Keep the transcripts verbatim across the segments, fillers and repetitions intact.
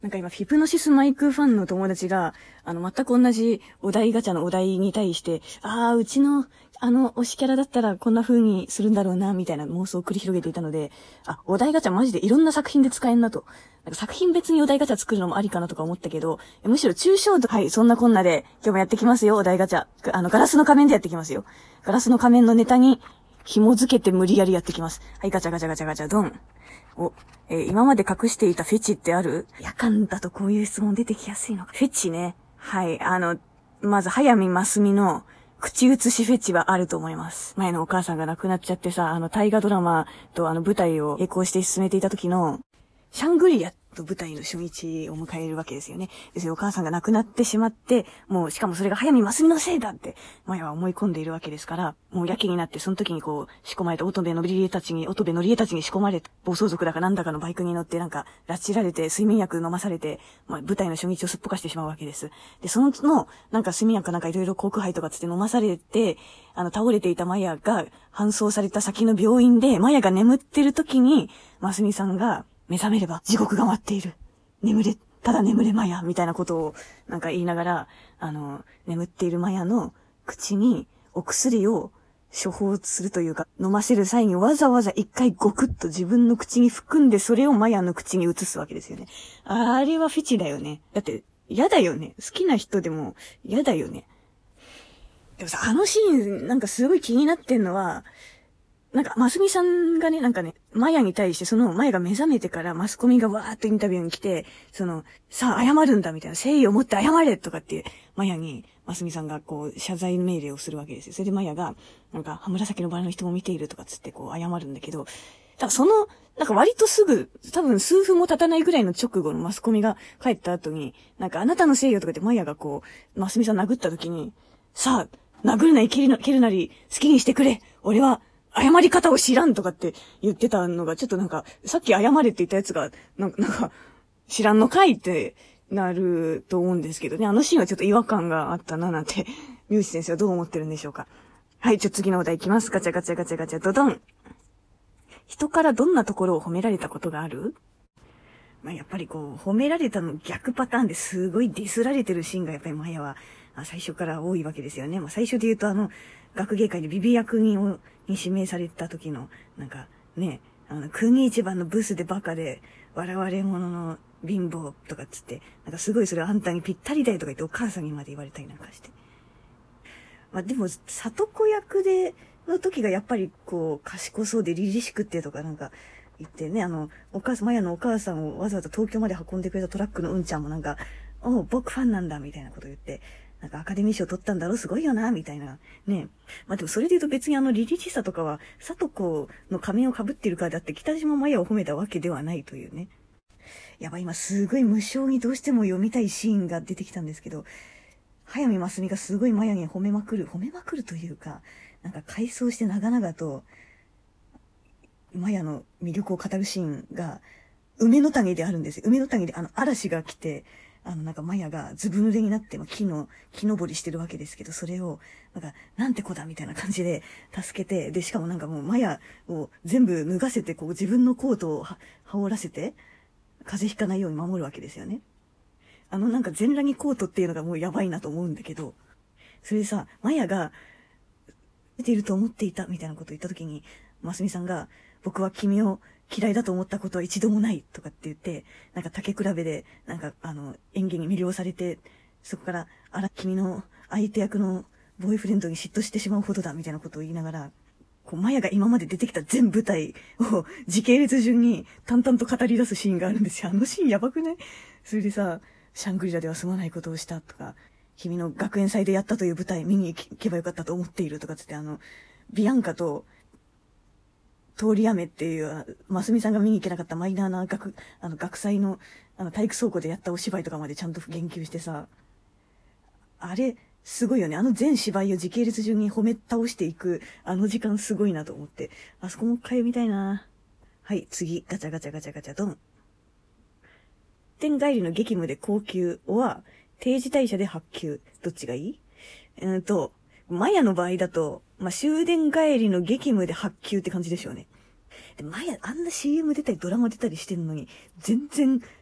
なんか今、フィプノシスマイクファンの友達が、あの、全く同じお題ガチャのお題に対して、ああ、うちの、あの、推しキャラだったらこんな風にするんだろうな、みたいな妄想を繰り広げていたので、あ、お題ガチャマジでいろんな作品で使えんなと。なんか作品別にお題ガチャ作るのもありかなとか思ったけど、むしろ抽象度、はい、そんなこんなで、今日もやってきますよ、お題ガチャ。あの、ガラスの仮面でやってきますよ。ガラスの仮面のネタに紐付けて無理やりやってきます。はい、ガチャガチャガチャガチャ、ドン。お、えー、今まで隠していたフェチってある？夜間だとこういう質問出てきやすいのか。フェチね。はい、あの、まず、早見真澄の口移しフェチはあると思います。前のお母さんが亡くなっちゃってさ、あの、大河ドラマとあの舞台を並行して進めていた時の、シャングリアと舞台の初日を迎えるわけですよね。ですよ、お母さんが亡くなってしまって、もう、しかもそれが早見真澄のせいだって、マヤは思い込んでいるわけですから、もうやけになって、その時にこう、仕込まれた乙部のりえたちに、乙部のりえたちに仕込まれ、暴走族だかなんだかのバイクに乗ってなんか、拉致られて、睡眠薬飲まされて、まあ、舞台の初日をすっぽかしてしまうわけです。で、その、の、なんか睡眠薬なんかいろいろ口腔肺とかつって飲まされて、あの、倒れていたマヤが搬送された先の病院で、マヤが眠ってる時に、真澄さんが、目覚めれば地獄が待っている。眠れ、ただ眠れマヤみたいなことをなんか言いながら、あの、眠っているマヤの口にお薬を処方するというか、飲ませる際にわざわざ一回ゴクッと自分の口に含んでそれをマヤの口に移すわけですよね。あれはフェチだよね。だって、嫌だよね。好きな人でも嫌だよね。でもさ、あのシーンなんかすごい気になってんのは、なんか、ますみさんがね、なんかね、マヤに対して、その、マヤが目覚めてからマスコミがわーっとインタビューに来て、その、さあ、謝るんだ、みたいな、誠意を持って謝れとかって、マヤに、ますみさんがこう、謝罪命令をするわけですよ。それでマヤが、なんか、紫のバラの人も見ているとかつって、こう、謝るんだけど、だからその、なんか割とすぐ、多分数分も経たないぐらいの直後のマスコミが帰った後に、なんか、あなたのせいよとかってマヤがこう、ますみさん殴った時に、さあ、殴るなり蹴るな蹴るなり、好きにしてくれ俺は、謝り方を知らんとかって言ってたのが、ちょっとなんか、さっき謝れって言ったやつが、なんか、なんか知らんのかいってなると思うんですけどね。あのシーンはちょっと違和感があったななんて、ミュウシ先生はどう思ってるんでしょうか。はい、ちょっと次のお題いきます。ガチャガチャガチャガチャ、ドドン。人からどんなところを褒められたことがある？まあ、やっぱりこう、褒められたの逆パターンですごいディスられてるシーンがやっぱりマヤは最初から多いわけですよね。まあ、最初で言うとあの、学芸会でビビ役人を、に指名された時の、なんか、ね、あの、国一番のブスでバカで、笑われ者の貧乏とかっつって、なんかすごいそれあんたにぴったりだよとか言ってお母さんにまで言われたりなんかして。まあ、でも、里子役で、の時がやっぱりこう、賢そうで凛々しくってとかなんか、言ってね、あの、お母さん、マヤのお母さんをわざわざ東京まで運んでくれたトラックのうんちゃんもなんか、おう、僕ファンなんだ、みたいなこと言って、なんかアカデミー賞取ったんだろすごいよな、みたいな。ね。まあ、でもそれで言うと別にあの、リリしさとかは、里子の仮面を被っているからだって北島マヤを褒めたわけではないというね。やばい、今すごい無性にどうしても読みたいシーンが出てきたんですけど、早見真澄がすごいマヤに褒めまくる、褒めまくるというか、なんか回想して長々と、マヤの魅力を語るシーンが、梅の谷であるんですよ。梅の谷であの、嵐が来て、あの、なんかマヤがずぶ濡れになって、まあ、木の、木登りしてるわけですけど、それを、なんか、なんて子だみたいな感じで助けて、で、しかもなんかもうマヤを全部脱がせて、こう自分のコートをは羽織らせて、風邪ひかないように守るわけですよね。あのなんか全裸にコートっていうのがもうやばいなと思うんだけど、それでさ、マヤが、出ていると思っていたみたいなことを言ったときに、マスミさんが、僕は君を嫌いだと思ったことは一度もないとかって言って、なんか竹比べで、なんかあの、演技に魅了されて、そこから、あら、君の相手役のボーイフレンドに嫉妬してしまうほどだみたいなことを言いながら、こう、マヤが今まで出てきた全舞台を時系列順に淡々と語り出すシーンがあるんですよ。あのシーンやばくない？それでさ、シャングリラではすまないことをしたとか、君の学園祭でやったという舞台見に行けばよかったと思っているとかつって、あの、ビアンカと、通り雨っていう、マスミさんが見に行けなかったマイナーな学、あの、学祭の、あの、体育倉庫でやったお芝居とかまでちゃんと言及してさ、あれ、すごいよね。あの全芝居を時系列順に褒め倒していく、あの時間すごいなと思って。あそこもう一回読みたいな。はい、次、ガチャガチャガチャガチャドン。天帰りの激務で高級は、定時退社で発給。どっちがいい？えーと、マヤの場合だと、まあ、終電帰りの激務で発給って感じでしょうね。で、マヤ、あんな シーエム 出たりドラマ出たりしてるのに、全然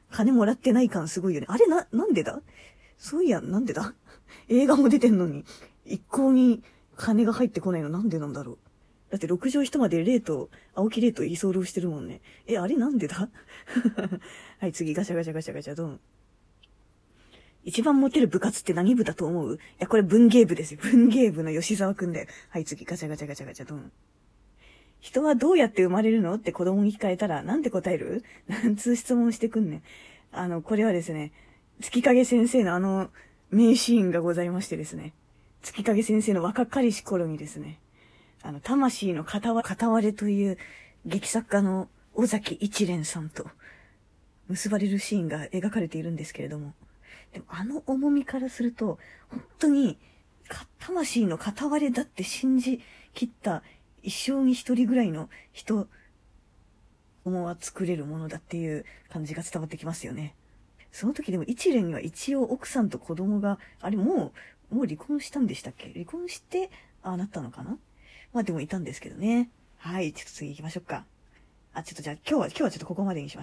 金もらってない感すごいよね。あれな、なんでだそういや、なんでだ映画も出てんのに、一向に金が入ってこないのなんでなんだろう。だって六畳一までレート、青木レート居候してるもんね。え、あれなんでだはい、次、ガチャガチャガチャガチャ、ドン。一番モテる部活って何部だと思う？いや、これ文芸部ですよ。文芸部の吉沢くんだよ。はい、次、ガチャガチャガチャガチャ、ドン。人はどうやって生まれるのって子供に聞かれたら、なんて答える？なんつう質問してくんねん。あの、これはですね、月影先生のあの、名シーンがございましてですね。月影先生の若かりし頃にですね、あの、魂の片割片割れという劇作家の尾崎一蓮さんと結ばれるシーンが描かれているんですけれども、でもあの重みからすると、本当に、魂の片割れだって信じ切った一生に一人ぐらいの人、思は作れるものだっていう感じが伝わってきますよね。その時でも一蓮には一応奥さんと子供が、あれもう、もう離婚したんでしたっけ？離婚して、ああなったのかな？まあでもいたんですけどね。はい、ちょっと次行きましょうか。あ、ちょっとじゃあ今日は、今日はちょっとここまでにしましょう。